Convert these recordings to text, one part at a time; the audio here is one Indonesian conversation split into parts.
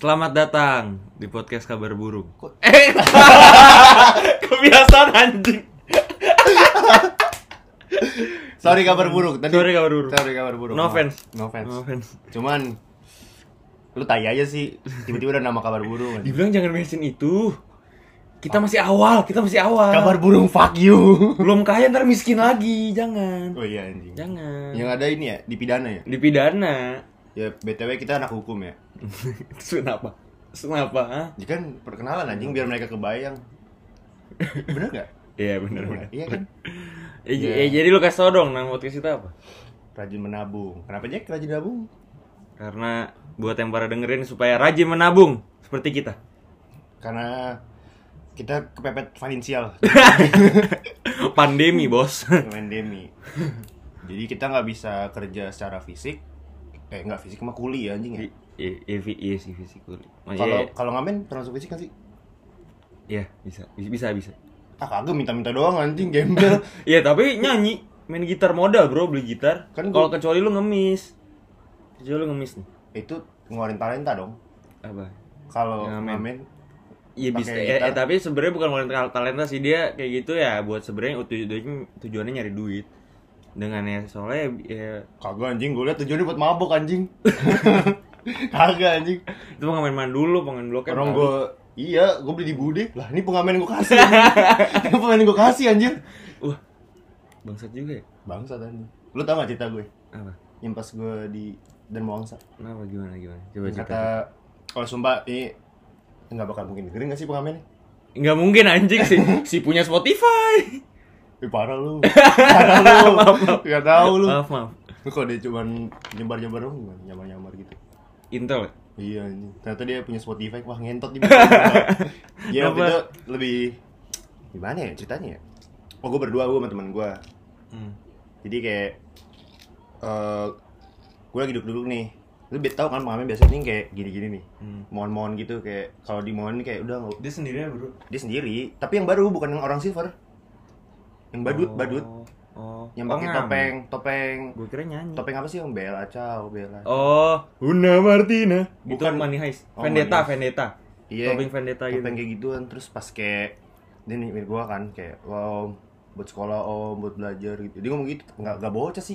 Selamat datang di podcast Kabar Burung. Kebiasaan anjing. Sorry kabar buruk. Sorry kabar burung. Sorry kabar buruk. No offense. No offense. No offense. Cuman lu tai aja sih. Tiba-tiba udah nama kabar burung. anjing. Dibilang jangan mention itu. Kita masih awal. Kabar burung fuck you. Belum kaya ntar miskin lagi, jangan. Oh iya anjing. Jangan. Yang ada ini ya, dipidana ya. Dipidana. Ya BTW kita anak hukum ya. Terus kenapa? Ha? Jadi kan perkenalan anjing biar mereka kebayang. Bener enggak? Iya benar. Iya kan? Jadi lu kasih tau dong nama podcast kita apa? Rajin menabung. Kenapa Jack rajin menabung? Karena buat yang para dengerin supaya rajin menabung seperti kita. Karena kita kepepet finansial. Pandemi, bos. Pandemi. Jadi kita nggak bisa kerja secara fisik. Nggak fisik mah kuli ya anjing ya. Iya sih fisik. Kalau ngamen termasuk fisik kan sih? Iya, bisa. Ah kagak minta-minta doang anjing gembel. Iya, tapi nyanyi, main gitar modal, Bro, beli gitar. Kan kalau kecuali lu ngemis. Nih. Itu ngeluarin talenta dong. Apa? Kalau Ngamen. ngamen Iya bisa. pakai gitar. Tapi sebenarnya bukan ngeluarin talenta sih, dia kayak gitu ya buat sebenarnya tujuannya nyari duit. Dengannya soalnya ya kagak anjing, gue liat tujuannya buat mabok anjing. Kagak anjing. itu pengamen dulu kan. Orang gue beli di bude. Lah ini pengamen gue kasih. Ini pengamen gue kasih anjir. Wah. Bangsat juga ya? Bangsat anjing. Lu tau gak cerita gue? Apa? Yang pas gue di Dan Mawangsa. Kenapa gimana? Coba Yang cerita. kata kalau sumpah ini nggak bakal mungkin dengerin nggak sih pengamennya? Nggak mungkin anjing sih. Si punya Spotify. Parah lu. Maaf. Gak tau lu. Maaf. Lu kalau dia cuman nyebar-nyebar dong, nyamar-nyamar gitu. Intel. Iya ini. Ternyata dia punya Spotify, wah ngentot di. Iya waktu itu lebih gimana ya ceritanya ya? Oh gue berdua sama teman gue. Jadi kayak gue lagi duduk nih. Lu tau kan pengamen biasanya kayak gini-gini nih. Mohon-mohon gitu kayak kalau di mohon kayak udah Dia sendiri ya, Bro? dia sendiri, tapi yang baru bukan yang orang silver. Yang badut. Oh. Yang pakai topeng. Gue kira nyanyi. Topeng apa sih yang Bella? Oh, Una Martina. Bukan. Itu Money Heist. Oh, Vendetta. Iya. Topeng Vendetta gitu. Topeng kayak gituan terus pas kayak dia nih gua kan kayak wow buat sekolah buat belajar gitu. Dia ngomong gitu, enggak bocah sih.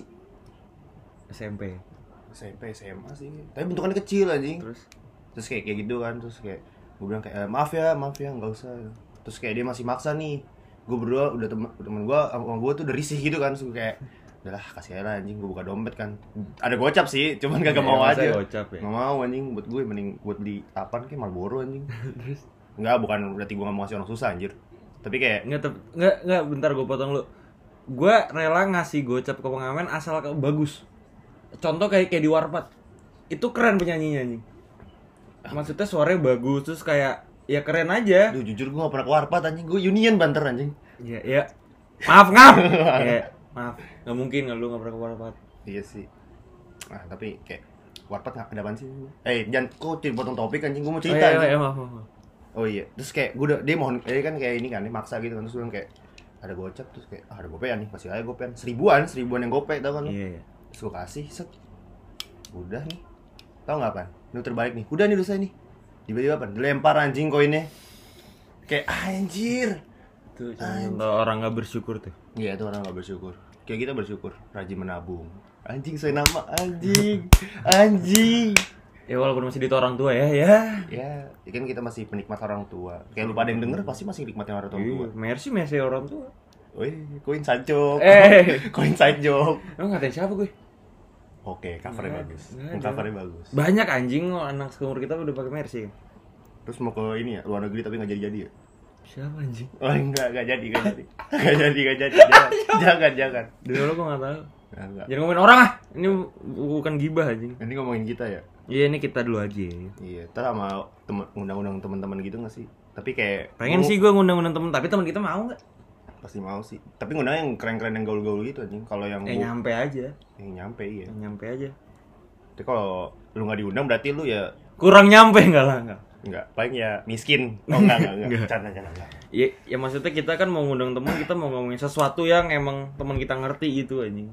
SMP, SMA sih. Tapi bentukannya kecil anjing. Terus kayak gitu kan, terus kayak gua bilang kayak maaf ya, enggak usah. Terus kayak dia masih maksa nih. Gue berdua udah temen gue sama gue tuh udah risih gitu kan, terus kayak udahlah kasih aja lah anjing, gue buka dompet kan, ada gocap sih cuman kagak mau aja gocap, ya? nggak mau anjing, buat gue mending buat beli apaan kayak Marlboro anjing. Nggak, bukan berarti gue nggak mau ngasih orang susah anjir, tapi kayak nggak bentar gue potong lu. Gue rela ngasih gocap ke pengamen asal bagus. Contoh kayak di Warpat itu keren penyanyinya anjing, maksudnya suaranya bagus, terus kayak ya keren aja. Duh jujur gue gak pernah ke Warpat anjing, gue Union Banter anjing. Iya. Maaf. Iya, maaf. Gak mungkin lu gak pernah ke Warpat. Iya sih. Nah tapi kayak Warpat gak ada apaan sih? Jangan kok potong topik anjing, gue mau cerita anjing. Maaf. Oh iya, terus kayak gue dia mohon, dia kan kayak ini kan, dia maksa gitu kan, terus gue bilang kayak ada gocap, terus kayak ada gopean nih, kasih aja gopean, seribuan yang gope, tau kan lu? Iya. Terus gue kasih, set, udah nih, tau nggak pan? Ini terbalik nih, udah nih udah selesai nih. Tiba-tiba apa? Dilempar anjing koinnya. Kayak anjir. Itu contoh orang gak bersyukur tuh. Iya, itu orang gak bersyukur. Kayak kita bersyukur, rajin menabung. Anjing saya nama anjing. Ya walaupun masih di orang tua ya. Ya kan kita masih penikmat orang tua. Kayak lu pada yang denger pasti masih nikmatin orang tua. Merci orang tua. Wih, koin side joke. Koin side joke. Lu ngatain siapa gue? Oke, covernya bagus. Covernya bagus. Banyak anjing anak seumur kita udah pakai Mercy kan. Terus mau ke ini ya, luar negeri tapi nggak jadi ya? Siapa anjing? Oh enggak jadi. Jangan. Dulu gue nggak tahu. Enggak. Jangan ngomongin orang ah. Ini bukan gibah anjing. Ini ngomongin kita ya? Iya, ini kita dulu aja. Iya, ntar sama undang-undang teman-teman gitu nggak sih? Tapi kayak pengen sih gue ngundang-undang temen, tapi teman kita mau nggak? Pasti mau sih. Tapi ngundang yang keren-keren yang gaul-gaul gitu anjing. Kalau yang nyampe aja. Yang nyampe iya. Nyampe aja. Tapi kalau lu nggak diundang berarti lu ya kurang nyampe enggak. Paling ya miskin. Oh enggak. Canda. Ya maksudnya kita kan mau ngundang teman, kita mau ngomongin sesuatu yang emang teman kita ngerti gitu anjing.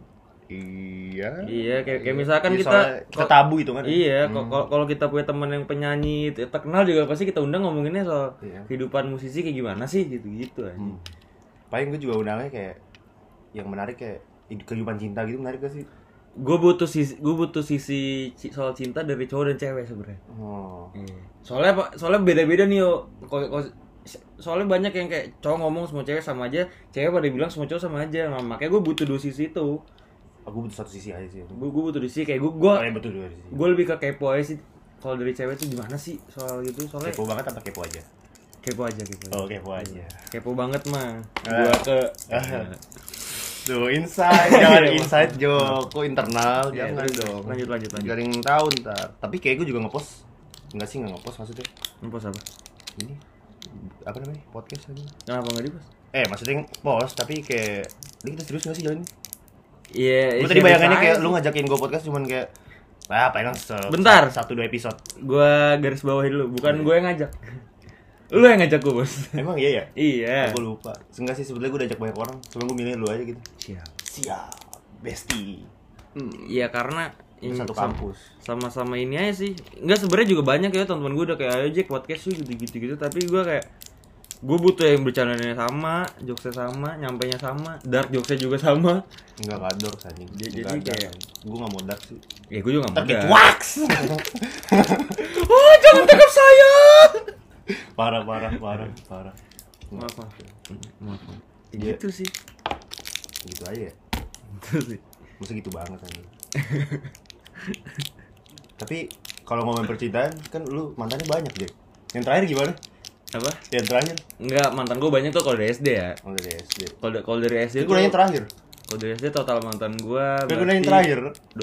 Iya, kayak misalkan Iya, kita tabu itu kan. Iya, kalau kita punya teman yang penyanyi terkenal juga pasti kita undang ngomonginnya soal kehidupan musisi kayak gimana sih gitu-gitu aja. Paling gue juga undangnya kayak yang menarik kayak kehidupan cinta gitu, menarik gak sih? Gue butuh sisi soal cinta dari cowok dan cewek sebenarnya. Oh. Iya. Soalnya beda-beda nih yo. Soalnya banyak yang kayak cowok ngomong semua cewek sama aja, cewek pada bilang semua cowok sama aja. Nah, makanya gue butuh dua sisi itu. Aku butuh satu sisi aja sih. Gue butuh dua sisi kayak gue butuh dua sisi. Gue lebih ke kepo aja sih. Kalau dari cewek tuh gimana sih soal gitu? Soalnya Kepo banget apa kepo aja? Kepo aja. Oh, kepo aja. Kepo banget mah. Gua ke tuh inside, jangan inside joke, kok internal, jangan dong. Lanjut. Gak ada yang tahu ntar. Tapi kayak gue juga ngepost. Enggak sih, nggak ngepost maksudnya. Ngepost apa? Ini apa namanya? Podcast aja. Kenapa nggak dipost? Maksudnya post tapi kayak ini kita serius nggak sih jalan ini? Iya. Gue tadi bayangannya kayak lu ngajakin gue podcast cuman kayak paling bentar 1-2 episode. Gua garis bawahi dulu, bukan gue yang ngajak. Lu yang ngajak gue, Bos. Emang iya ya? Iya. Aku lupa. Enggak sih, sebetulnya gue udah ajak banyak orang, cuma gue milih lu aja gitu. Siap. Bestie. Iya karena satu kampus. Sama-sama ini aja sih. Enggak, sebenarnya juga banyak ya teman-teman gue udah kayak ayo Jack podcast sih gitu-gitu, tapi gue kayak gue butuh yang bercandanya sama, jokesnya sama, nyampainya sama, dark jokesnya juga sama. Enggak kador anjing. Jadi kayak gue enggak mau dark sih. Ya gue juga enggak mau dark. Wax. Oh, jangan tangkap saya. Parah. Maaf. Gitu sih. Gitu aja ya. Gitu sih. Masa gitu banget anjing. Tapi kalau ngomongin percintaan kan lu mantannya banyak, Jack. Yang terakhir gimana? Apa? Yang terakhir? Enggak, mantan gue banyak tuh kalau dari SD ya. Oh, dari SD. Kalau dari SD itu gue nanya terakhir. Kalau dari SD total mantan gue gue nanya terakhir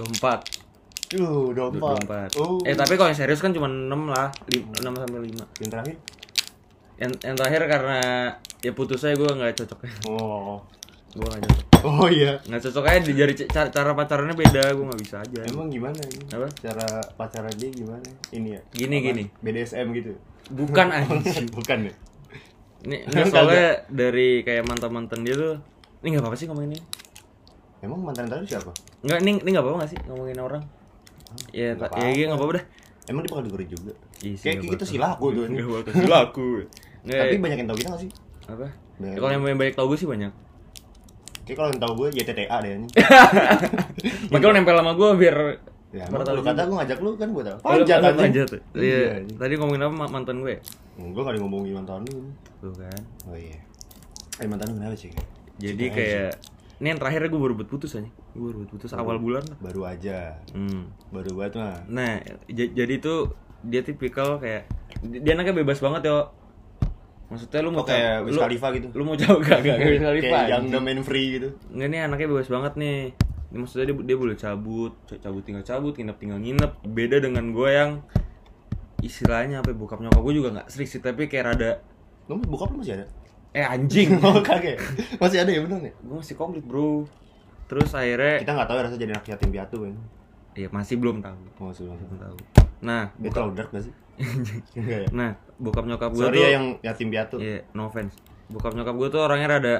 24. 24. Oh. Tapi kalau yang serius kan cuma 6 lah, 6 sampai 5. Yang terakhir? Yang terakhir karena ya putusnya gue enggak cocok. Oh. Gue enggak cocok. Oh iya. Enggak cocok aja dari cara pacarannya beda, gue enggak bisa aja. Emang gimana ini? Apa? Cara pacaran dia gimana? Ini ya. Gini. BDSM gitu. Bukan anjing. Bukan ya. Ini soalnya dari kayak mantan-mantan dia tuh. Ini enggak apa-apa sih ngomongin ini. Emang mantan tadi siapa? Enggak, ini enggak apa-apa enggak sih ngomongin orang? Ya, enggak apa-apa dah. Emang dia bakal dengerin juga. Kayak gitu sih laku tuh. Enggak bakal silaku. Tapi banyak yang tahu kita enggak sih? Apa? Kalau yang banyak tahu gue sih banyak. Kayak kalau yang tahu gue YTTA deh ini. Makanya lo nempel sama gue biar ya, lu kata gue ngajak lu kan gue tau. Panjat. Iya. Tadi ngomongin apa mantan gue? Gue gak ngomongin mantan lu. Tuh kan. Oh iya. Mantan lu kenapa sih? Jadi kayak ini yang terakhir gue baru putus aja. Gue baru putus awal bulan lah. Baru aja. Baru banget mah. Nah, jadi tuh dia tipikal kayak dia anaknya bebas banget yo. Maksudnya lu mau kayak Wiz Khalifa gitu. Lu mau jauh gak Wiz Khalifa. Kayak yang domain free gitu. Enggak, nih anaknya bebas banget nih. Ini maksudnya dia boleh cabut tinggal cabut, nginep tinggal nginep. Beda dengan gue yang istilahnya apa bokap nyokap gue juga enggak strict sih, tapi kayak rada. Lu bokap lu masih ada? Anjing. Oh kagak. Masih ada ya bener nih? Gue masih komplit, Bro. Terus akhirnya kita enggak tahu ya rasanya jadi anak yatim piatu kan. Iya, masih belum tahu. Masih belum tahu. Nah, itu terlalu dark gak sih? Nah, bokap nyokap gue tuh ya yang yatim piatu. Iya, no offense. Bokap nyokap gue tuh orangnya rada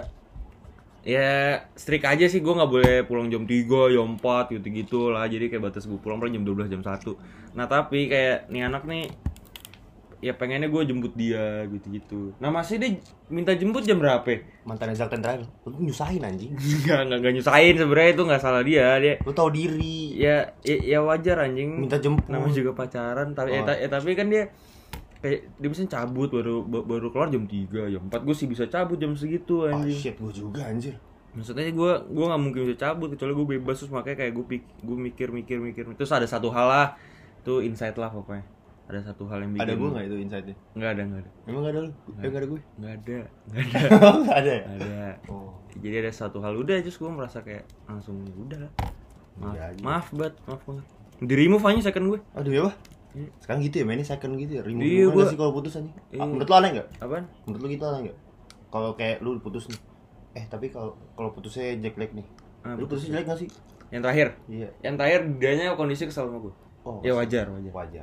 ya strict aja sih, gue nggak boleh pulang jam 3, jam 4 gitu-gitu lah. Jadi kayak batas gue pulang jam 12, jam 1. Nah, tapi kayak nih anak nih ya pengennya gue jemput dia gitu-gitu. Nah, masih dia minta jemput jam berapa? Mantan Zakten terakhir. Lu nyusahin anjing. Enggak nyusahin, sebenarnya itu enggak salah dia. Lu tahu diri. Ya wajar anjing. Minta jemput. Namanya juga pacaran, tapi tapi kan dia kayak dia bisa cabut baru keluar jam 3, jam 4 gue sih bisa cabut jam segitu anjing. Shit, gue juga anjir. Maksudnya gue nggak mungkin bisa cabut kecuali gue bebas, terus makanya kayak gue mikir terus ada satu hal lah tuh insight lah pokoknya, ada satu hal yang bikin. Ada gue nggak itu insightnya? Nggak ada. Emang nggak ada lu? Nggak ada gue? Nggak ada. Nggak ada. Ada. Oh. Jadi ada satu hal udah, terus gue merasa kayak langsung udah lah. Maaf banget. Di remove aja second gue. Aduh ya bah. Sekarang gitu ya, mainnya second gitu ya. Remove iya, gua sih kalau putus aja. Menurut lu aneh enggak? Apaan? Menurut lu gitu aneh enggak? Kalau kayak lu putus nih. Tapi kalau putusnya jelek nih. Lu putusnya jelek enggak sih? Yang terakhir? Iya. Yang terakhir dianya kondisi kesal sama gue. Oh. Ya wajar.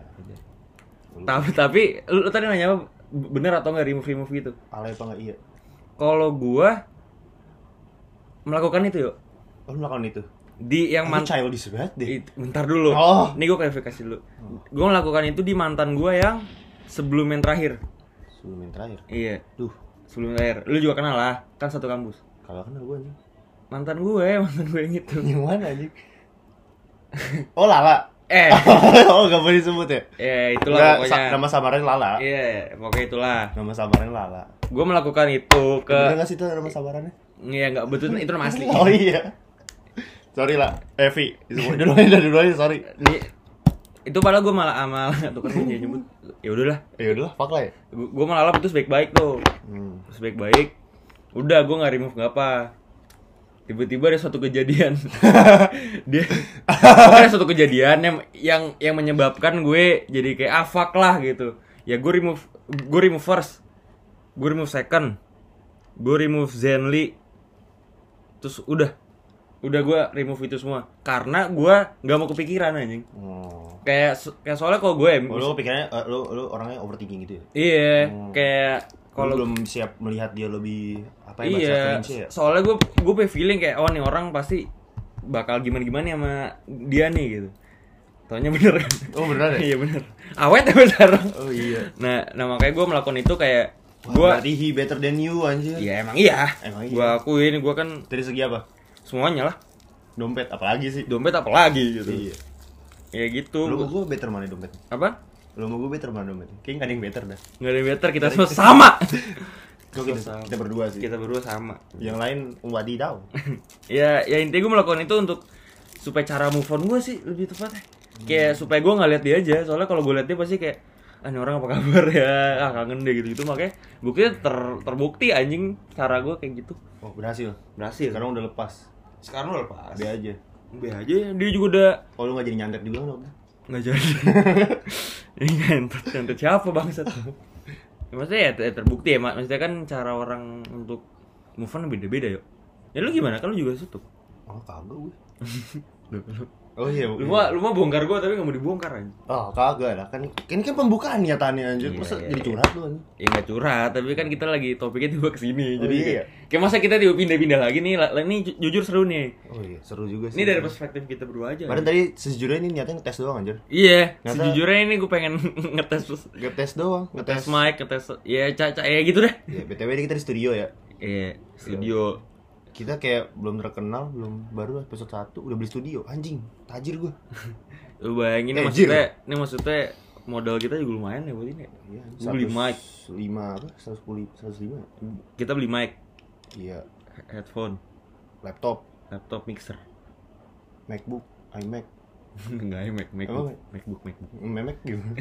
Tapi lu tadi nanya apa? Bener atau enggak remove gitu? Alay apa enggak? Iya. Kalau gua melakukan itu yuk. Oh, lu melakukan itu? Di yang childish banget deh. Bentar dulu. Oh. Nih gue klarifikasi dulu. Gue melakukan itu di mantan gue yang sebelum yang terakhir. Sebelum yang terakhir. Iya. Duh, Sebelum yang terakhir. Lu juga kenal lah, kan satu kampus. kalau kenal gue anjing. Mantan gue yang itu. Yang mana anjing? Oh, Lala. Oh, gak boleh disebut ya? Itulah Nggak, pokoknya. nama samaran Lala. Iya, pokoknya itulah. Nama samaran Lala. Gue melakukan itu ke. Bener gak sih itu nama samarannya? Iya nggak betul itu nama asli. Oh iya. Sorry lah, Evi. Duluan, sorry. Itu padahal gue malah amal tuh kan dia nyebut. Ya udahlah. Ya udahlah, fuck lah ya. Gue malah itu baik-baik tuh. Terus baik-baik. Udah gue nggak remove nggak apa. Tiba-tiba ada suatu kejadian. Pokoknya ada suatu kejadian yang menyebabkan gue jadi kayak fuck lah gitu. Ya gue remove first. Gue remove second. Gue remove Zenly. Terus udah gue remove itu semua karena gue nggak mau kepikiran anjing. Kayak soalnya kalau gue lu pikirannya lu orangnya overthinking gitu ya? Iya, kayak kalau belum siap melihat dia lebih apa ya, iya, ya? soalnya gue punya feeling kayak nih orang pasti bakal gimana sama dia nih gitu. Taunya bener kan? Oh bener ya? Iya bener. Awet ya sekarang. Oh iya. Nah makanya gue melakukan itu kayak berarti he better than you anjir. Iya emang iya. Gue akuin gue kan dari segi apa? Semuanya lah. Dompet apalagi sih? Dompet apalagi gitu. Iya. Ya gitu. Lu mau gue better mana dompet? Apa? Lu mau gue better mana dompet? Kayaknya gak ada yang better dah. Gak ada yang better, kita semua sama. Kita berdua sih. Kita berdua sama. Yang lain wadidaw. Ya intinya gue melakukan itu untuk supaya cara move on gue sih lebih tepatnya. Kayak supaya gue nggak lihat dia aja. Soalnya kalau gue lihat dia pasti kayak ini orang apa kabar ya, kangen deh gitu makanya buktinya terbukti anjing cara gue kayak gitu. Oh berhasil. Sekarang udah lepas. Sekarang udah lepas. Be aja dia juga udah. Oh lu nggak jadi nyantet juga kan? Nggak jadi. Ini nyantet siapa bangsat? Ya, maksudnya ya terbukti ya, maksudnya kan cara orang untuk move on beda-beda yuk. Ya lu gimana? Kan lu juga tutup. Oh kagak gue. Oh iya. Lu mah bongkar gue tapi nggak mau dibongkar aja. Oh kagak lah kan. Ini kan pembukaan niatannya anjir. Masa jadi curhat lu anjir? Ya nggak curhat, tapi kan kita lagi topiknya tiba kesini. Jadi iya. kayak masa kita tiba pindah-pindah lagi nih. Ini jujur seru nih. Oh iya seru juga sih. Ini dari perspektif kita berdua aja. Padahal tadi sejujurnya ini niatnya ngetes doang anjir. Iya. Sejujurnya ini gue pengen ngetes doang. Ngetes mic, ngetes ya ya gitu deh. Ya BTW ini kita di studio ya. Iya studio. Kita kayak belum terkenal, baru episode 1 udah beli studio, anjing, tajir gua. Lu bayangin ini maksudnya modal kita juga lumayan ya buat ini. Iya, beli mic 5 apa? 105. Kita beli mic. Iya. Headphone, laptop mixer, MacBook, iMac. Enggak, MacBook. Memek gimana?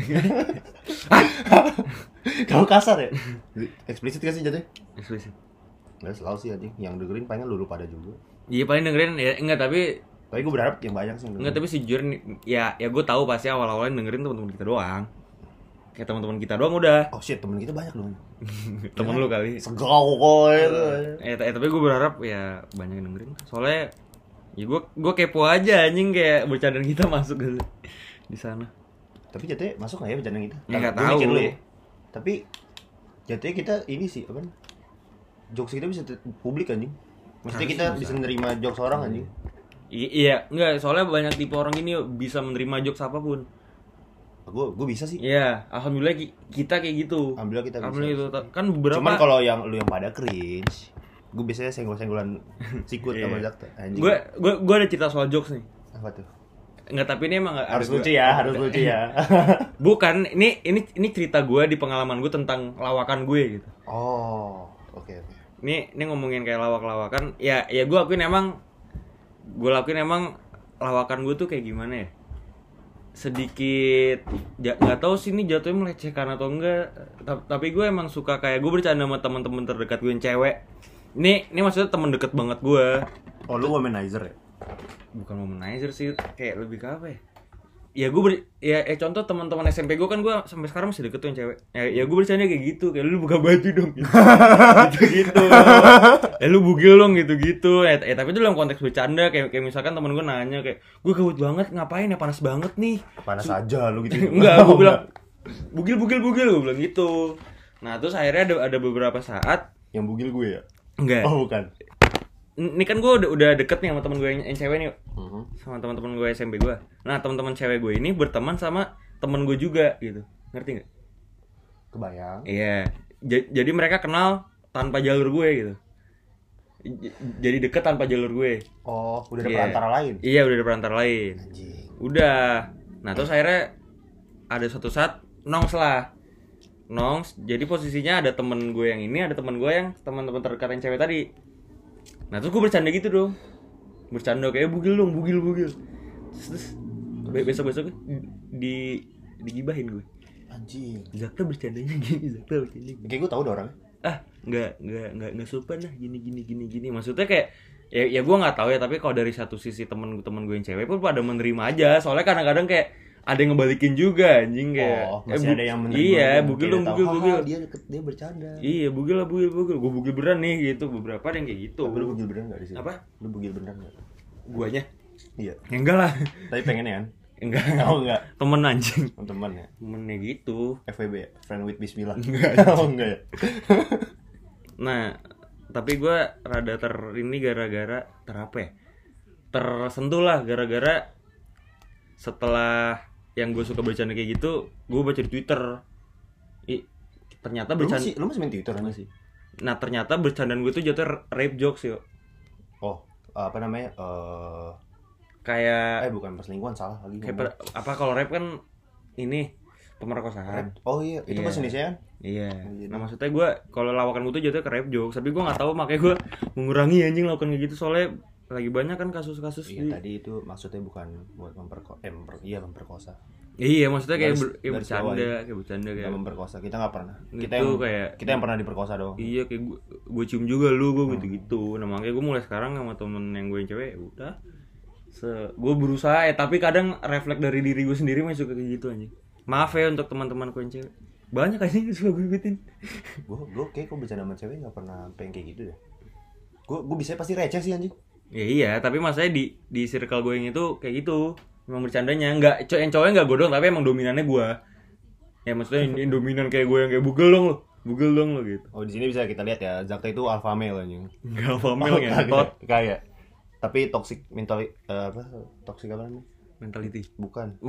Kalau kasar ya? Eksplisit gak sih jatuhnya? Eksplisit. Nggak selalu sih anjing, yang dengerin paling lu pada juga. Iya paling dengerin ya enggak tapi gue berharap yang banyak sih. Enggak tapi sejujurnya ya gue tahu pasti awal-awal dengerin teman-teman kita doang. Kayak teman-teman kita doang udah. Oh shit, teman kita banyak dong. Temen lu kali. Segau kok itu. Tapi gue berharap ya banyak yang dengerin. Soalnya ya gue kepo aja anjing kayak bercandaan kita masuk gitu di sana. Tapi jatuhnya masuk enggak ya bercandaan kita? Enggak tahu. Ya. Tapi jatuhnya kita ini sih apa? Jokes kita bisa publik anjing. Maksudnya kita bisa menerima jokes orang anjing. Iya, enggak, soalnya banyak tipe orang gini bisa menerima jokes apapun. Gue bisa sih. Iya, alhamdulillah kita kayak gitu. Alhamdulillah kita bisa. Alhamdulillah kan beberapa. Cuman kalau yang lu yang pada cringe, gue biasanya senggol-senggolan sikut sama Jakta anjing. Gue ada cerita soal jokes nih. Apa tuh? Enggak, tapi ini emang harus lucu ya. Bukan, ini cerita gue di pengalaman gue tentang lawakan gue gitu. Oh, oke. Ini ngomongin kayak lawak-lawakan. Ya gue lakuin emang lawakan gue tuh kayak gimana ya? Sedikit nggak tahu sih ini jatuhnya melecehkan atau enggak. Tapi gue emang suka kayak gue bercanda sama teman-teman terdekat gue yang cewek. Ini maksudnya teman deket banget gue. Oh, lu womanizer ya? Bukan womanizer sih, kayak lebih ke apa ya? Ya gue contoh teman-teman SMP gue kan gue sampai sekarang masih deket tuh yang cewek. Ya gue bercanda kayak gitu, kayak lu buka baju dong gitu. gitu. Lu bugil dong gitu. Tapi itu dalam konteks bercanda kayak misalkan temen gue nanya kayak, "Gue gabut banget, ngapain ya? Panas banget nih." Panas aja lu gitu. Enggak, gue bilang bugil gue bilang gitu. Nah, terus akhirnya ada beberapa saat yang bugil gue ya? enggak. Oh, bukan. ini kan gue udah deket nih sama temen gue yang cewek nih, sama teman-teman gue SMP gue. Nah teman-teman cewek gue ini berteman sama temen gue juga gitu, ngerti nggak? Kebayang. Iya, jadi mereka kenal tanpa jalur gue gitu. Jadi deket tanpa jalur gue. Oh, udah ada perantara lain. Iya, udah ada perantara lain. Anjing. Udah. Nah terus akhirnya ada suatu saat nongs. Jadi posisinya ada temen gue yang ini, ada temen gue yang teman-teman terdekat yang cewek tadi. Nah terus gue bercanda gitu dong, bercanda kayak bugil. Terus besok digibahin gue. Anjing. Zakta bercandanya gini. Kayak gue tahu deh orangnya. Nggak sopan lah gini. Maksudnya kayak ya gue nggak tahu ya, tapi kalau dari satu sisi temen gue yang cewek pun pada menerima aja. Soalnya kadang-kadang kayak ada yang ngebalikin juga anjing kayak. Masih ada yang menerima. Iya, bugil. Dia bercanda. Iya, bugil. Gue bugil beneran nih gitu. Beberapa ada yang kayak gitu. Tapi lu bugil beneran enggak di sini? Apa? Lu bugil beneran enggak? Guanya? Iya. Ya, enggak lah. Tapi pengen kan? Enggak. Oh enggak. Temen anjing. Teman ya. Temennya gitu. FWB ya? Friend with Bismillah. Enggak. Oh enggak ya. Nah, tapi gue rada ini gara-gara tersentuh lah gara-gara setelah yang gue suka bercanda kayak gitu, gue baca di Twitter. Ternyata bercanda. Lu masih main Twitter masih. Nah, ternyata bercandaan gue tuh jatuh rape jokes yo. Oh, apa namanya? Kayak bukan perselingkuhan, salah lagi. Kayak apa kalau rape kan ini pemerkosaan. Oh iya, itu bahasa Indonesia kan? Iya. Nah, maksudnya gue kalau lawakan gue tuh jatuh ke rape jokes, tapi gue nggak tahu, makanya gue mengurangi anjing lakukan kayak gitu soalnya lagi banyak kan kasus-kasus. Iya, tadi itu maksudnya bukan buat memperkosa. Iya, maksudnya kayak bercanda kayak memperkosa. Kita nggak pernah. Kita yang pernah diperkosa dong. Iya, kayak gue cium juga lu, gue gitu. Nah, makanya gue mulai sekarang sama temen yang gue yang cewek, udah. Gue berusaha tapi kadang refleks dari diri gue sendiri masih suka kayak gitu anjing. Maaf ya untuk teman-teman gue yang cewek. Banyak aja yang suka gue ikutin. Gue kayak kok bercanda sama cewek nggak pernah pengen kayak gitu ya. Gue bisa pasti receh sih anjing. Ya iya, tapi maksudnya di circle gue yang itu kayak gitu. Memang bercandanya yang cowoknya enggak gue doang, tapi emang dominannya gue. Ya maksudnya yang dominan kayak gue yang kayak bugel dong lo gitu. Oh, di sini bisa kita lihat ya, Zakta itu alpha male anjing. Enggak alpha male ngentot. Kayak. Tapi toxic toxic apa namanya? Mentality. Bukan.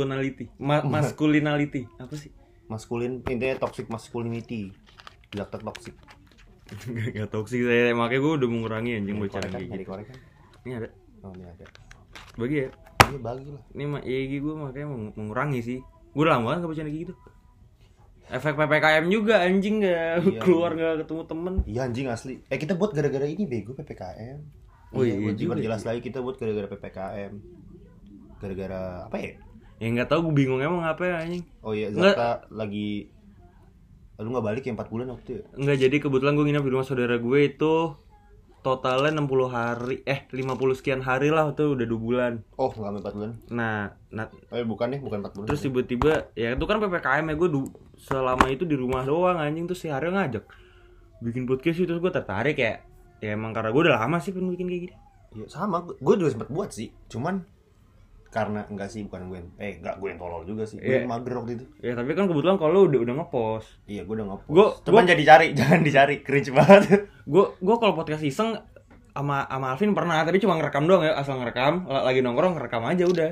Masculinity. Apa sih? Maskulin, intinya toxic masculinity. Zakta toxic. Enggak toxic saya, makanya gue udah mengurangi anjing bercanda kayak gitu. Ini ada. Oh, ini ada. Bagi ya? Iya, bagi lah. Ini gue makanya mengurangi sih. Gue udah lama banget gak bercanda kayak gitu. Efek PPKM juga anjing gak keluar gak ketemu temen. Iya anjing asli. Kita buat gara-gara ini bego PPKM. Oh iya, buat jelas lagi kita buat gara-gara PPKM. Gara-gara apa ya? Ya nggak tahu, gue bingung emang apa ya anjing. Oh iya, Zakta lagi. Lu nggak balik ya 4 bulan waktu itu? Enggak, jadi kebetulan gue nginep di rumah saudara gue itu totalnya 60 hari 50 sekian hari lah, itu udah 2 bulan. Oh, nggak 4 bulan. Nah bukan 4 bulan. Terus tiba-tiba ya itu kan PPKM ya, gue selama itu di rumah doang anjing. Terus si Haryo ngajak bikin podcast itu, terus gue tertarik ya emang karena gue udah lama sih pengen bikin kayak gini. Iya sama, gue udah sempet buat sih, cuman karena gue yang tolol juga sih, gue mager waktu itu. Ya tapi kan kebetulan kalau udah ngepost. Iya, gue udah ngepost. Cuman jangan dicari, cringe banget. Gue kalau podcast iseng sama Alvin pernah, tapi cuma ngerekam doang ya, asal ngerekam, lagi nongkrong ngerekam aja udah.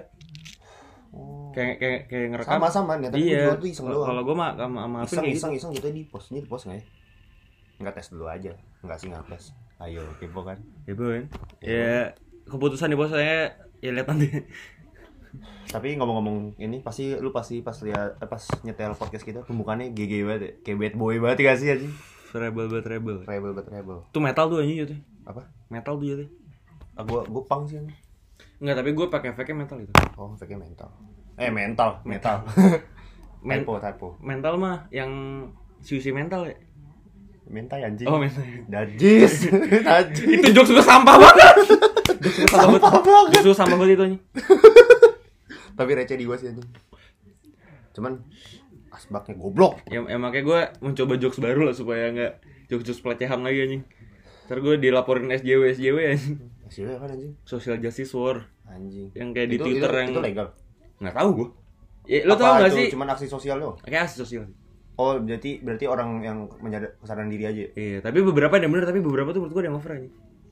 Kayak ngerekam. Sama nih, tapi iya. gue tuh iseng doang. Kalau gue sama Alvin iseng gitu di post nggak ya? Nggak tes dulu aja, nggak sih nggak tes. Ayo kepo kan? Kepo kan? Ya keputusan di bos saya ya lihat nanti. Tapi ngomong-ngomong ini pasti pas lihat pas nyetel podcast kita pembukaannya GG banget ya. Kayak bad boy banget gak sih anjing? Rebel. Itu metal tuh anjing itu. Apa? Metal tuh itu. Gua punk sih anjing. Enggak, tapi gue pakai efeknya metal itu. Oh, efeknya mental. Metal. Typo. Mental mah yang sushi mental ya. Mentai anjing. Oh, mental. Najis. Itu jokes gue sampah banget. Jokes gue sampah banget itu anjing. Tapi receh di gua sih anjing. Cuman asbaknya goblok. Ya makanya gue mencoba jokes baru lah supaya enggak jokes pelecehan lagi anjing. Ntar gue dilaporin SJW anjing. SJW apa anjing? Social Justice War. Anjing. Yang kayak di Twitter yang itu legal. Enggak tahu gue. Ya, lo tau enggak sih? Cuman aksi sosial doang. Kayak aksi sosial. Oh, berarti orang yang kesadaran diri aja. Iya, tapi beberapa ada bener, tapi beberapa tuh menurut gue ada yang over aja.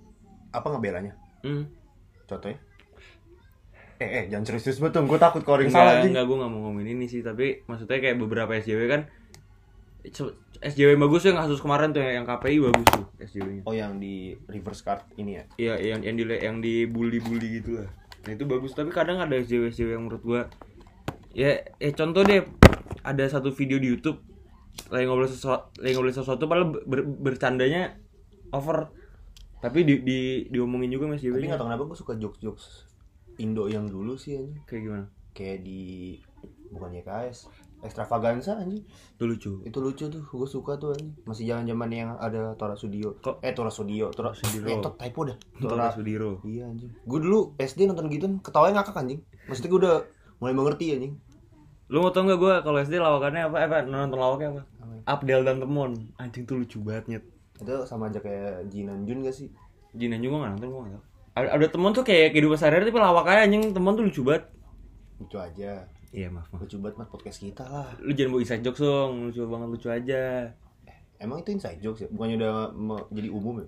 apa ngebelanya? Hmm. Contohnya? Jangan serius-serius betul, gue takut kalau yang salah aja. Enggak, gue gak mau ngomongin ini sih, tapi maksudnya kayak beberapa SJW kan SJW yang bagus tuh yang kasus kemarin tuh yang KPI bagus tuh SJW-nya. Oh, yang di reverse card ini ya? Iya, yang di bully gitu lah. Nah itu bagus, tapi kadang ada SJW yang menurut gua ya contoh deh, ada satu video di YouTube lagi ngobrol sesuatu padahal bercandanya over, tapi diomongin juga Mas Tapi SJW-nya. nggak tahu kenapa gue suka jokes Indo yang dulu sih anjing. Kayak gimana? Kayak di bukan YKS, Extravaganza anjing. Itu lucu. Itu lucu tuh, gue suka tuh anjing. Masih zaman yang ada Tora Sudiro. Tora Sudiro. Typo dah. Tora Sudiro. Iya anjing. Gue dulu SD nonton gitu ketawanya ngakak anjing. Maksudnya gue udah mulai mengerti anjing. Lu mau tau gak gue kalau SD lawakannya apa? Nonton lawaknya apa? Abdel dan Temon. Anjing tuh lucu banget. Itu sama aja kayak Jinan Jun gak sih? Jinan juga gak nonton, gue gak tau. Ada Temon tuh kayak kehidupan sehari-hari tapi lawakannya anjing Temon tuh lucu banget. Lucu aja. Iya maaf. Lucu banget podcast kita lah. Lu jangan bawa inside jokes dong, lucu banget, lucu aja. Emang itu inside jokes ya? Bukannya udah jadi umum ya?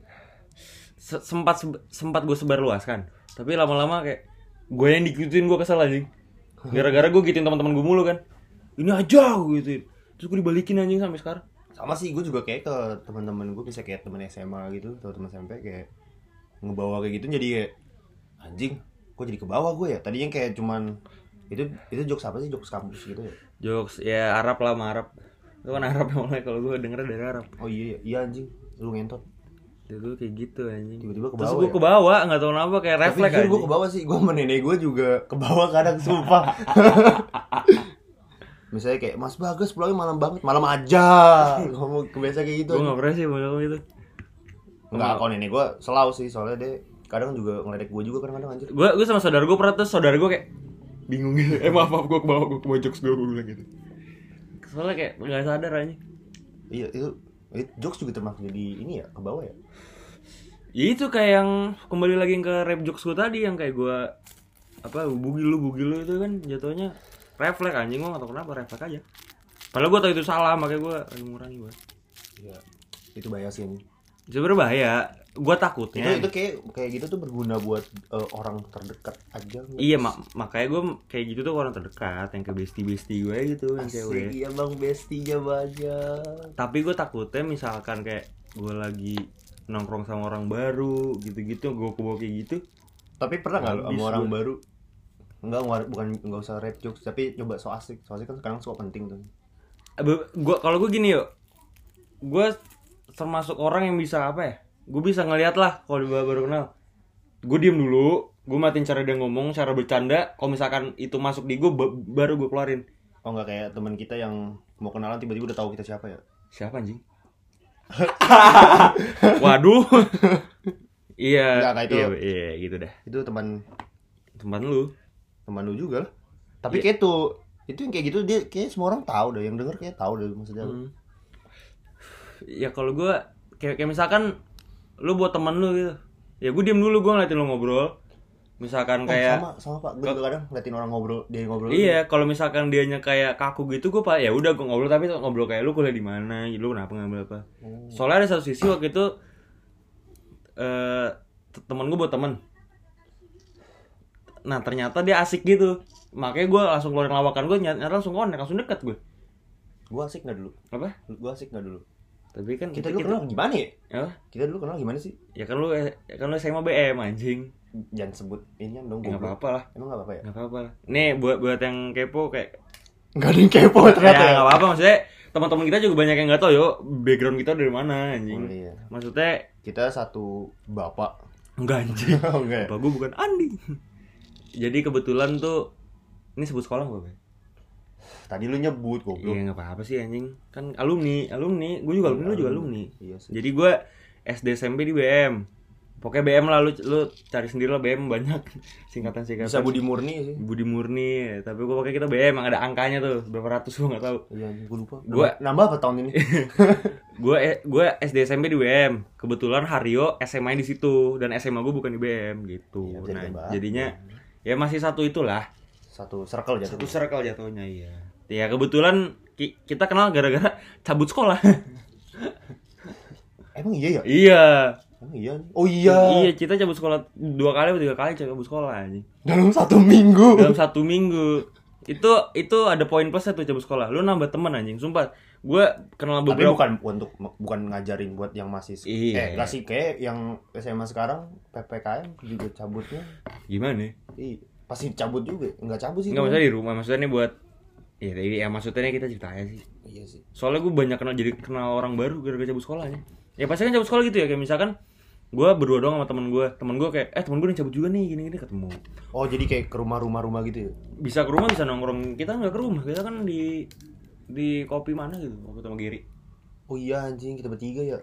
Sempat gue sebar luaskan, tapi lama-lama kayak gue yang digituin, gue kesel anjing. Gara-gara gue gituin teman-teman gue mulu kan. Ini aja gue gituin. Terus gue dibalikin anjing sampai sekarang. Sama sih, gue juga kayak ke teman-teman gue, bisa kayak teman SMA gitu atau teman SMP kayak ngebawa kayak gitu, jadi kayak anjing, kok jadi ke bawah gue ya? Tadinya kayak cuman itu jokes apa sih, jokes kampus gitu ya? Jokes ya Arab lah, sama Arab. Itu kan Arab yang mulai, kalau gue denger dari Arab. Oh iya anjing, lu ngentot. Itu kayak gitu anjing. Tiba-tiba ke bawah. Terus gue ke bawah, enggak tahu kenapa kayak refleks aja. Tapi gue ke bawah sih, gue sama nenek gue juga ke bawah kadang sumpah. Misalnya kayak Mas Bagas pulangnya malam banget, malam aja. Ngomong kebiasa kayak gitu. Gue enggak pernah sih ngomong gitu. Enggak, kalau nenek gue selalu sih, soalnya dia kadang juga ngeledek gue juga kadang-kadang anjir. Gue sama saudara gue pernah, tuh saudara gue kayak bingung gitu. Maaf gue ke bawah jokes gue bilang gitu. Soalnya kayak enggak sadar aja. Iya, itu jokes juga termasuk jadi ini ya, ke bawah ya. Ya itu kayak yang kembali lagi ke rap jokes gue tadi, yang kayak gue bugil lu itu kan jatuhnya refleks anjing. Gue gak tau kenapa refleks aja. Padahal gue tau itu salah, makanya gue ngurangi gue. Iya, itu bahaya sih ini. Sebenernya bahaya. Gue takutnya itu kayak gitu tuh berguna buat orang terdekat aja. Iya, makanya gue kayak gitu tuh orang terdekat, yang ke bestie gue gitu, yang cewek. Iya bang, bestinya banyak. Tapi gue takutnya misalkan kayak gue lagi nongkrong sama orang baru gitu-gitu, gue kebawa kayak gitu. Tapi pernah nggak lo sama orang baru? Enggak usah rap jokes, tapi coba so asik kan sekarang so penting tuh. Kalau gue gini yuk, gue termasuk orang yang bisa apa ya? Gue bisa ngeliat lah kalau baru kenal. Gue diem dulu, gue matiin cara dia ngomong, cara bercanda. Kalau misalkan itu masuk di gue, baru gue keluarin. Oh nggak kayak teman kita yang mau kenalan tiba-tiba udah tahu kita siapa ya? Siapa anjing? Waduh. Iya. Enggak, itu. Iya gitu dah. Itu teman lu. Teman lu juga lah. Tapi kayak itu yang kayak gitu dia kayak semua orang tahu deh, yang denger kayak tahu deh maksudnya. Ya kalau gue kayak misalkan lu buat teman lu gitu, ya gue diem dulu, gue ngeliatin lu ngobrol. Misalkan kayak sama Pak, gue juga kadang ngeliatin orang ngobrol, dia ngobrol. Iya, kalau misalkan dianya kayak kaku gitu, gue ya udah gue ngobrol, tapi ngobrol kayak lu kuliah di mana, lu kenapa ngambil apa. Soalnya ada satu sisi waktu itu temen gue buat temen. Nah ternyata dia asik gitu, makanya gue langsung keluarin lawakan gue, nyata langsung connect, langsung deket gue. Gue asik nggak dulu? Apa? Gue asik nggak dulu? Tapi kan kita dulu kenal gimana ya? Apa? Kita dulu kenal gimana sih? Ya kan lu SMA BM anjing. Jangan sebut ini kan dong. Enggak apa-apa lah. Emang enggak apa-apa ya? Enggak apa-apa lah. Nih buat yang kepo kayak enggak ada yang kepo ternyata. Ya enggak apa-apa, maksudnya teman-teman kita juga banyak yang enggak tahu yo background kita dari mana anjing. Oh, iya. Maksudnya kita satu bapak. Enggak anjing. Oh, enggak. Bapak gue bukan Andi. Jadi kebetulan tuh ini sebut sekolah enggak, Bang? Tadi lu nyebut goblok. Iya enggak apa-apa sih anjing. Kan alumni. Gue juga alumni, lu juga alumni. Iya sih. Jadi gue SD SMP di BM. Pokoknya BM lah, lu cari sendiri lah, BM banyak singkatan. Bisa Budi Murni sih. Budi Murni, tapi gue pakai kita BM, emang ada angkanya tuh berapa ratus, gue nggak tahu. Iya, gue lupa. Gue nambah apa tahun ini? gue SD SMP di BM, kebetulan Hario SMA di situ dan SMA gue bukan di BM gitu. Ya, nah jadinya ya masih satu itulah. Satu circle jatuhnya. Satu circle jatuhnya, iya. Ya kebetulan kita kenal gara-gara cabut sekolah. Emang iya ya? Iya. Oh iya. Oh iya. Iya, kita cabut sekolah 2 kali atau 3 kali cabut sekolah anjing. Dalam 1 minggu. Dalam 1 minggu. Itu ada poin plusnya tuh cabut sekolah. Lu nambah teman anjing, sumpah. Gue kenal Tapi beberapa. bukan ngajarin buat yang masih Iya. enggak sih kayak yang SMA sekarang PPKM juga cabutnya. Gimana? Pasti cabut juga. Enggak cabut sih. Enggak maksudnya di rumah, maksudnya ini buat ya maksudnya ini kita cerita aja sih. Iya sih. Soalnya gue banyak kenal orang baru gara-gara cabut sekolahnya. Ya pasti kan cabut sekolah gitu ya, kayak misalkan gue berdua doang sama temen gue kayak temen gue nih cabut juga nih gini ketemu. Oh jadi kayak ke rumah gitu ya? Bisa ke rumah, bisa nongkrong. Kita nggak ke rumah, kita kan di kopi mana gitu waktu sama Giri. Oh iya anjing, kita bertiga ya.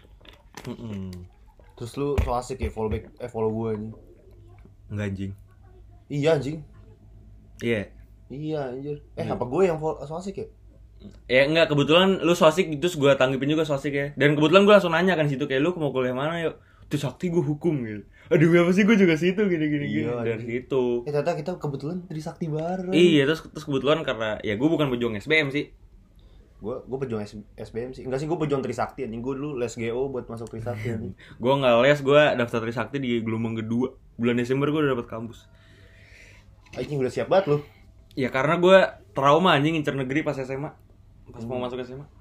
Terus lu so asik ya follow gue anjing. Enggak anjing. Iya anjing. Iya. Iya anjir. Apa gue yang so asik ya? Ya enggak, kebetulan lu so asik terus gue tanggepin juga so asik ya. Dan kebetulan gue langsung nanya kan situ kayak lu mau kuliah mana yuk? Terus Sakti gue hukum gitu. Aduh apa sih gue juga situ gini Iya, dari situ. Ternyata kita kebetulan dari Sakti bareng. Iya, terus kebetulan karena ya gue bukan pejuang SBM sih. Gue pejuang SBM sih. Enggak sih, gue pejuang Trisakti anjing. Gue dulu les GO buat masuk Trisakti anjing. Gue nggak les, gue daftar Trisakti di gelombang kedua. Bulan Desember gue udah dapet kampus. Anjing udah siap banget lu. Ya karena gue trauma anjing ngincer negeri pas SMA. Pas mau masuk SMA.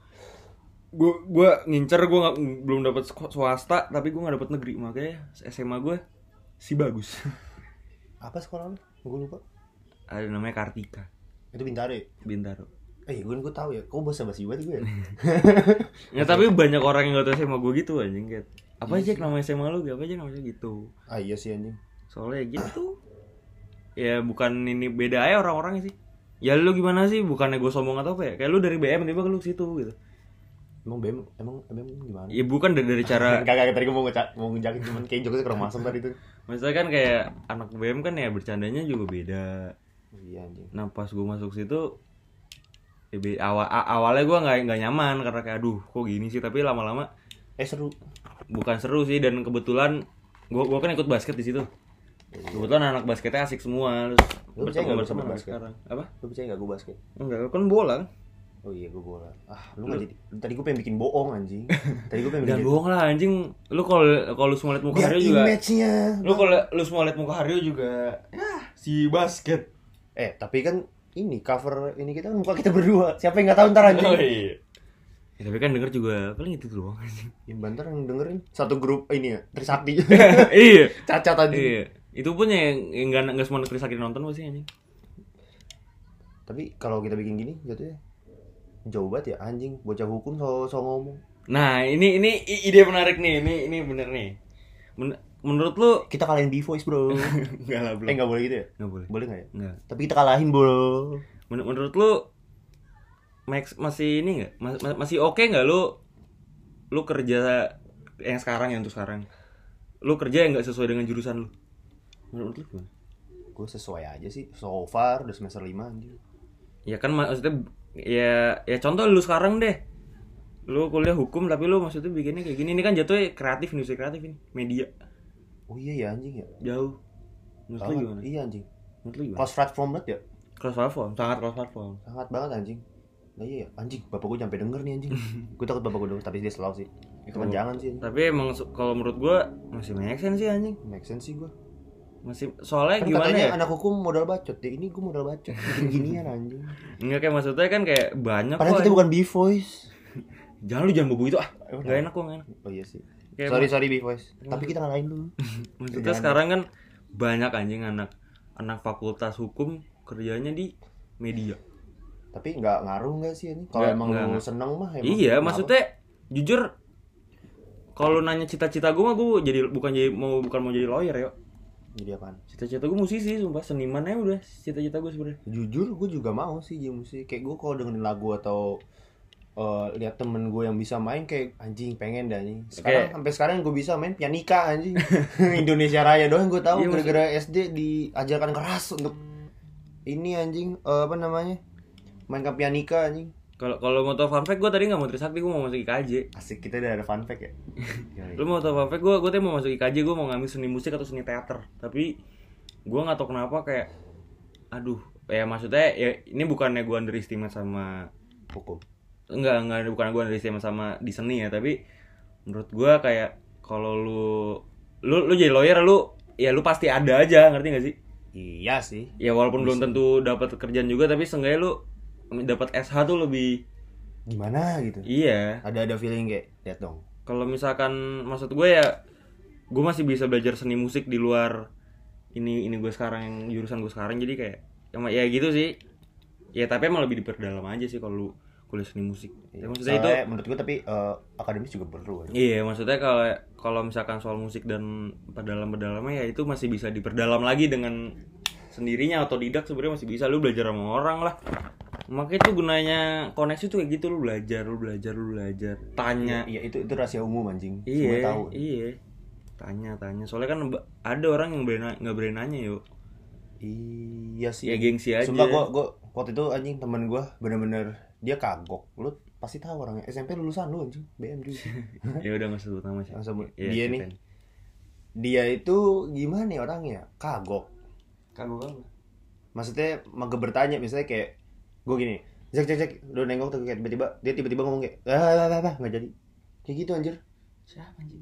Gue ngincer, gue belum dapet swasta, tapi gue nggak dapet negeri, makanya SMA gue si bagus. Apa sekolah lu? Gue lupa. Ada namanya Kartika. Itu Bintaro. Bintaro. Gue tahu ya. Kok basa-basi banget gue ya? Ya tapi banyak orang yang gak tau SMA gue gitu anjing kayak. Apa aja nama SMA lu? Apa aja namanya gitu. Ah iya sih anjing. Soalnya gitu. Ya bukan ini beda aja orang-orangnya sih. Ya lu gimana sih? Bukannya gue sombong atau apa ya? Kayak lu dari BM tiba-tiba lu ke situ gitu. Emang BM gimana? Ya bukan dari cara Kagak tadi gue mau ngejakin cuman kayak jokesnya kurang masem tadi itu. maksudnya kan kayak anak BM kan ya bercandanya juga beda. Iya anjing. Nah pas gue masuk situ awalnya gue nggak nyaman karena kayak aduh kok gini sih, tapi lama-lama Seru. bukan seru sih, dan kebetulan gue kan ikut basket di situ. Kebetulan anak basketnya asik semua, terus Lu percaya nggak bersama sama basket? sekarang. Apa? Lu percaya nggak gue basket? Enggak, kan bola. Oh iya gue bola. Lu nggak jadi. Tadi gue pengen bikin bohong anjing. Tadi gue pengen Jangan bikin. bohong lah anjing. Lu kalau semua liat muka Biar Haryo juga. image-nya. Lu kalau lu semua liat muka Haryo juga. Ya, si basket. Tapi kan ini cover ini kita kan muka kita berdua. Siapa yang nggak tahu ntar anjing. Oh iya. Ya, tapi kan denger juga paling itu doang anjing. Yang banter yang dengerin satu grup ini ya Trisakti. Iya. Cacat anjing. Iya. Itu pun yang enggak semua Trisakti nonton pasti anjing. Tapi kalau kita bikin gini jatuhnya jauh banget ya anjing, bocah hukum so ngomong. Nah, ini ide menarik nih. Ini bener nih. Menurut lu Kita kalahin B-Voice, Bro. enggak lah, belum. Enggak boleh gitu ya? Enggak boleh. Boleh enggak ya? Enggak. Tapi kita kalahin, Bro. Menurut lu masih ini enggak? Masih oke enggak lu kerja yang sekarang ya, untuk sekarang? Lu kerja yang enggak sesuai dengan jurusan lu? Menurut lu gimana? Gue sesuai aja sih. So far udah semester 5 anjing. Ya kan maksudnya ya contoh lu sekarang deh. Lu kuliah hukum tapi lu maksudnya bikinnya kayak gini. Ini kan jatuhnya kreatif, industri kreatif ini, media. Oh iya ya anjing ya. Jauh. Menurut lu gimana? Iya anjing. Menurut lu gimana? Cross platform banget ya. Cross platform, sangat cross platform. Sangat banget anjing. Nah iya ya, anjing, bapak gue sampai denger nih anjing. Gue takut bapak gue denger, tapi dia selalu sih. Cuman jangan sih anjing. Tapi emang kalau menurut gua masih make sense sih anjing. Make sense sih gue. Masih soalnya Kan gimana katanya ya? anak hukum modal bacot ya. Ini gue modal bacot. Bikin ginian anjing. Enggak, kayak maksudnya kan kayak banyak Padahal kok, kita anjing. bukan B-Voice. Jangan jangan bobo itu ah. Udah. Enggak enak kok, enggak enak. Oh iya sih. Kayak Sorry B-Voice. Tapi kita ngalahin lu. Maksudnya sekarang kan banyak anjing anak fakultas hukum kerjanya di media. Tapi nggak ngaruh nggak sih ini? Kalau emang lu seneng mah emang. Iya, maksudnya jujur kalau nanya cita-cita gue mah gue bukan mau jadi lawyer ya. Jadi apaan? Cita-cita gue musisi, sumpah seniman aja udah cita-cita gue sebenarnya. Jujur gue juga mau sih jadi musik. Kayak gue kalau dengerin lagu atau lihat temen gue yang bisa main kayak anjing pengen dah nih. Sekarang sampai sekarang gue bisa main pianika anjing. Indonesia Raya doang gue tahu, gara-gara SD diajarkan keras untuk ini anjing apa namanya? Mainkan pianika anjing. Kalau mau tau fun fact, gue tadi nggak mau Trisakti, gue mau masuk IKJ. Asik, kita udah ada fun fact ya. Lu mau tau fun fact, gue tadi mau masuk IKJ, gue mau ngambil seni musik atau seni teater. Tapi gue nggak tau kenapa kayak, aduh, ya maksudnya ya ini bukannya gue underestimate sama hukum. Enggak, bukan gue underestimate sama di seni ya, tapi menurut gue kayak kalau lu jadi lawyer lu pasti ada aja, ngerti gak sih? Iya sih. Ya walaupun belum tentu dapat kerjaan juga, tapi seenggaknya lu dapat SH tuh lebih gimana gitu. Iya. Ada feeling kayak lihat dong. Kalau misalkan maksud gue ya, gue masih bisa belajar seni musik di luar ini gue sekarang, yang jurusan gue sekarang, jadi kayak ya gitu sih. Ya tapi emang lebih diperdalam aja sih kalau lu kuliah seni musik. Ya, maksudnya Soalnya itu menurut gue tapi akademis juga perlu aja. iya, maksudnya kalau misalkan soal musik dan perdalamnya ya itu masih bisa diperdalam lagi dengan sendirinya, otodidak sebenarnya masih bisa, lu belajar sama orang lah. Makanya itu gunanya koneksi tuh kayak gitu, lu belajar, tanya. Iya, itu rahasia umum anjing. Iya, Semua tahu. iya. Tanya. Soalnya kan ada orang yang nggak berani nanya yuk. Iya sih. Ya gengsi aja. Sumpah gua waktu itu anjing temen gua bener-bener dia kagok. Lu pasti tahu orangnya. SMP lulusan lu anjing, BM juga. Ya udah enggak sebut nama sih. Ya, Dia nih. Dia itu gimana nih orangnya? Kagok. Kagok apa? Maksudnya mage bertanya, misalnya kayak gua gini, Cek, lu nengok tuh kayak dia tiba-tiba ngomong kayak enggak jadi. Kayak gitu anjir. Siapa anjing?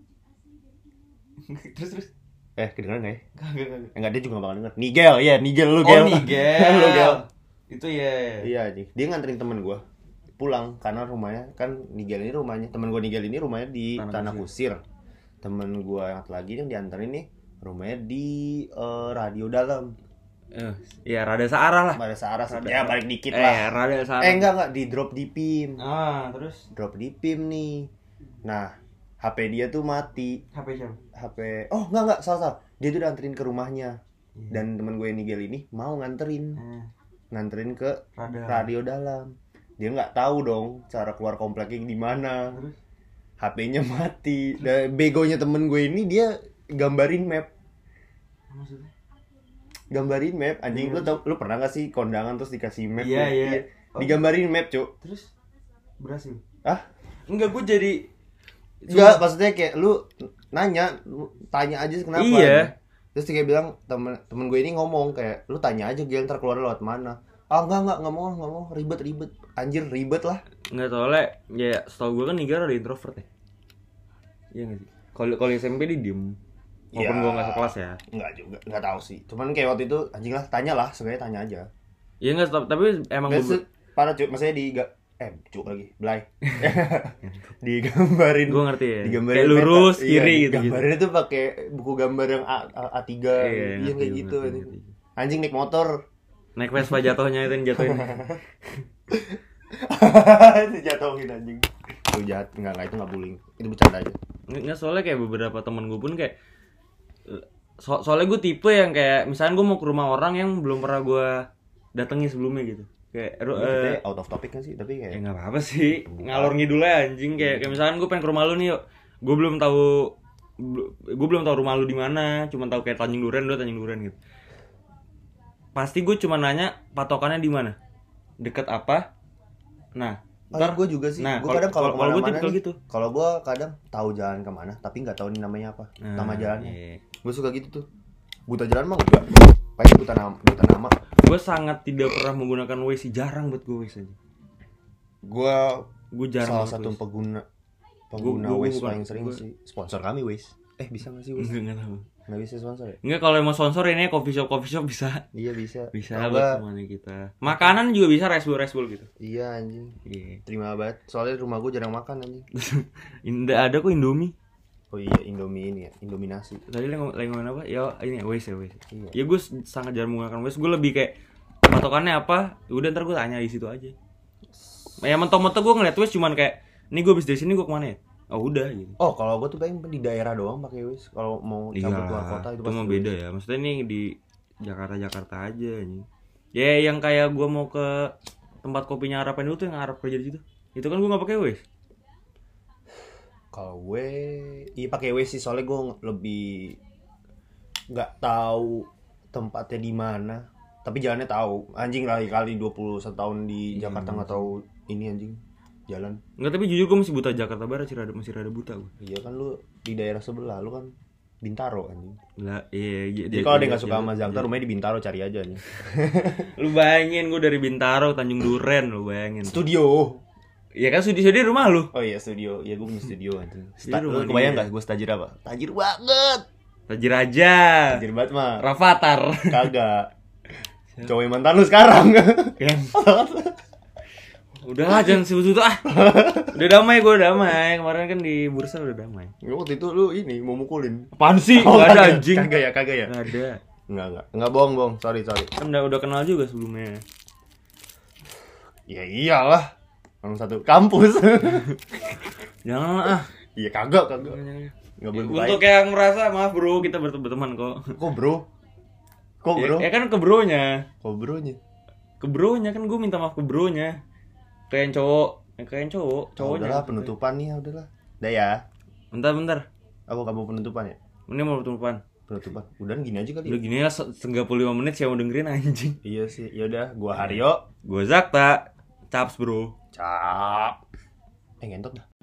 terus Kedengeran gak ya? Kagak. Enggak, dia juga gak bakal denger. Nigel lu Oh, Gel. Nigel. Lu Gel. Itu ya. Iya anjing. Dia nganterin temen gua pulang karena rumahnya kan Nigel ini rumahnya. Temen gua Nigel ini rumahnya di Tanah Kusir. Temen gua yang satu lagi yang dianterin nih rumahnya di Radio Dalam. Ya rada searah lah. Rada searah sih. Ya balik dikit lah. Rada searah. Enggak di drop di PIM. Terus Drop di PIM nih. Nah, HP dia tuh mati. HP siapa? Oh enggak salah. Dia tuh dianterin ke rumahnya. Dan temen gue Nigel ini mau nganterin ke Radio Dalam. Dia nggak tahu dong cara keluar kompleknya di mana. HP-nya mati. Dan begonya temen gue ini dia gambarin map. Maksudnya? Gambarin map. Anjing, lu pernah nggak sih kondangan terus dikasih map? Iya. Digambarin map, Cuk. Terus berhasil? Enggak, gue jadi enggak, maksudnya kayak lu tanya aja kenapa. Iya. Terus dia kayak bilang temen gue ini ngomong kayak lu tanya aja Gel ntar keluar lewat mana. Enggak mau ribet anjir, ribet lah. Enggak, soalnya ya setahu gue kan Nigar ada introvert ya. Iya enggak sih? Kalau SMP dia diem. Walaupun gue enggak sekelas ya. Enggak juga, enggak tahu sih. Cuman kayak waktu itu anjing lah, tanyalah, sebenarnya tanya aja. Iya enggak, tapi emang parah Cuk, maksudnya Cuk lagi, Blay. Digambarin. Gue ngerti ya. Digambarin kayak lurus peta, kiri iya, gitu. Gambarnya tuh pakai buku gambar yang A3 iya kayak gitu. Ngerti. Anjing naik motor. Naik Vespa jatuhnya itu yang jatuhin. Dijatuhin anjing. Lu jahat, enggak itu enggak bullying. Itu bercanda aja. Enggak, soalnya kayak beberapa temen gue pun kayak soalnya gue tipe yang kayak misalnya gue mau ke rumah orang yang belum pernah gue datangi sebelumnya gitu. Kayak out of topic kan sih, tapi kayak nggak apa-apa sih, ngalor ngidul aja anjing. Kayak misalkan gue pengen ke rumah lu nih, yuk. Gue belum tahu rumah lu di mana, cuma tahu kayak Tanjung Duren gitu. Pasti gue cuma nanya patokannya di mana, deket apa. Nah, ntar gue juga sih. Gue kadang kalau gue tipikal gitu. Kalau gue kadang tahu jalan kemana, tapi nggak tahu nih namanya apa, nama jalannya. Iya. Gue suka gitu tuh. Buta jalan mah enggak. Paling buta nama. Gue sangat tidak pernah menggunakan Waze, jarang buat gue Waze aja. Gue jarang salah satu Waze. pengguna Gua Waze bukan, paling sering sih. Sponsor kami Waze. Bisa nggak sih Waze? Enggak tahu. Nggak bisa sponsor ya? Enggak, kalau mau sponsor ini coffee shop bisa. Iya bisa. Bisa buat teman kita. Makanan juga bisa, resbul gitu. Iya anjing. Iya. Terima banget. Soalnya rumah gue jarang makan anjing. Nggak ada kok Indomie. Oh iya, Indomie ini ya, Indomie nasi. Tadi lagi ngomongin apa? Ya ini Waze. Iya. Ya gue sangat jarang menggunakan Waze. Gue lebih kayak patokannya apa? Udah ntar gue tanya di situ aja. Ya mentok-mentok gue ngeliat Waze cuman kayak, nih gue habis dari sini gue kemana ya? Oh udah gitu. Oh kalau gue tuh pengen di daerah doang pakai Waze. Kalau mau cabut keluar kota itu mah beda ya. Maksudnya nih di Jakarta aja nih. Ya yang kayak gue mau ke tempat kopinya Harapan dulu tuh yang Arab kerja di situ. Itu kan gue nggak pakai Waze. Kalau gue iya pakai Waze sih, soalnya gue lebih nggak tahu tempatnya di mana, tapi jalannya tahu. Anjing kali 21 tahun di Jakarta nggak tahu ini anjing jalan. Enggak, tapi jujur gue masih buta Jakarta Barat sih, masih rada buta gue. Iya kan lu di daerah sebelah, lu kan Bintaro anjing. Lah, iya. Jadi kalau ada yang nggak suka sama Jakarta, rumahnya di Bintaro, cari aja nih. Lu bayangin gue dari Bintaro Tanjung Duren, lu bayangin. Studio. Ya kan studio di rumah lu. Oh iya studio, ya gue punya studio anjing. Studio rumah Lu kebayang dia. gak gue tajir apa? Tajir banget. Tajir aja. Tajir banget mah. Rafathar. Kagak. Cowok mantan lu sekarang. Yang udah jangan sebut-sebut ah. Udah damai gue damai. Kemarin kan di bursa udah damai. Waktu itu lu ini mau mukulin. Apaan sih? Oh, Gak ada kagak. anjing. Kagak ya. Gak ada. Enggak bohong. Sorry. Kan udah kenal juga sebelumnya. Ya iyalah. Orang satu kampus. Jangan lah ah. Iya kagak. Enggak boleh Untuk yang merasa maaf bro, kita berteman kok. Kok bro? Ya kan ke bronya. Kok bronya? Ke bronya kan gue minta maaf ke bronya. Kayak yang cowok, cowoknya. Udahlah penutupan nih, udahlah. Udah ya. Bentar. Apa kamu penutupan ya? Ini mau penutupan. Penutupan. Udah gini aja kali. Udah gini ya 35 menit siapa mau dengerin anjing. Iya sih. Ya udah, gua Haryo. Gue Zakta. Caps bro. Cap. Ngentot dah.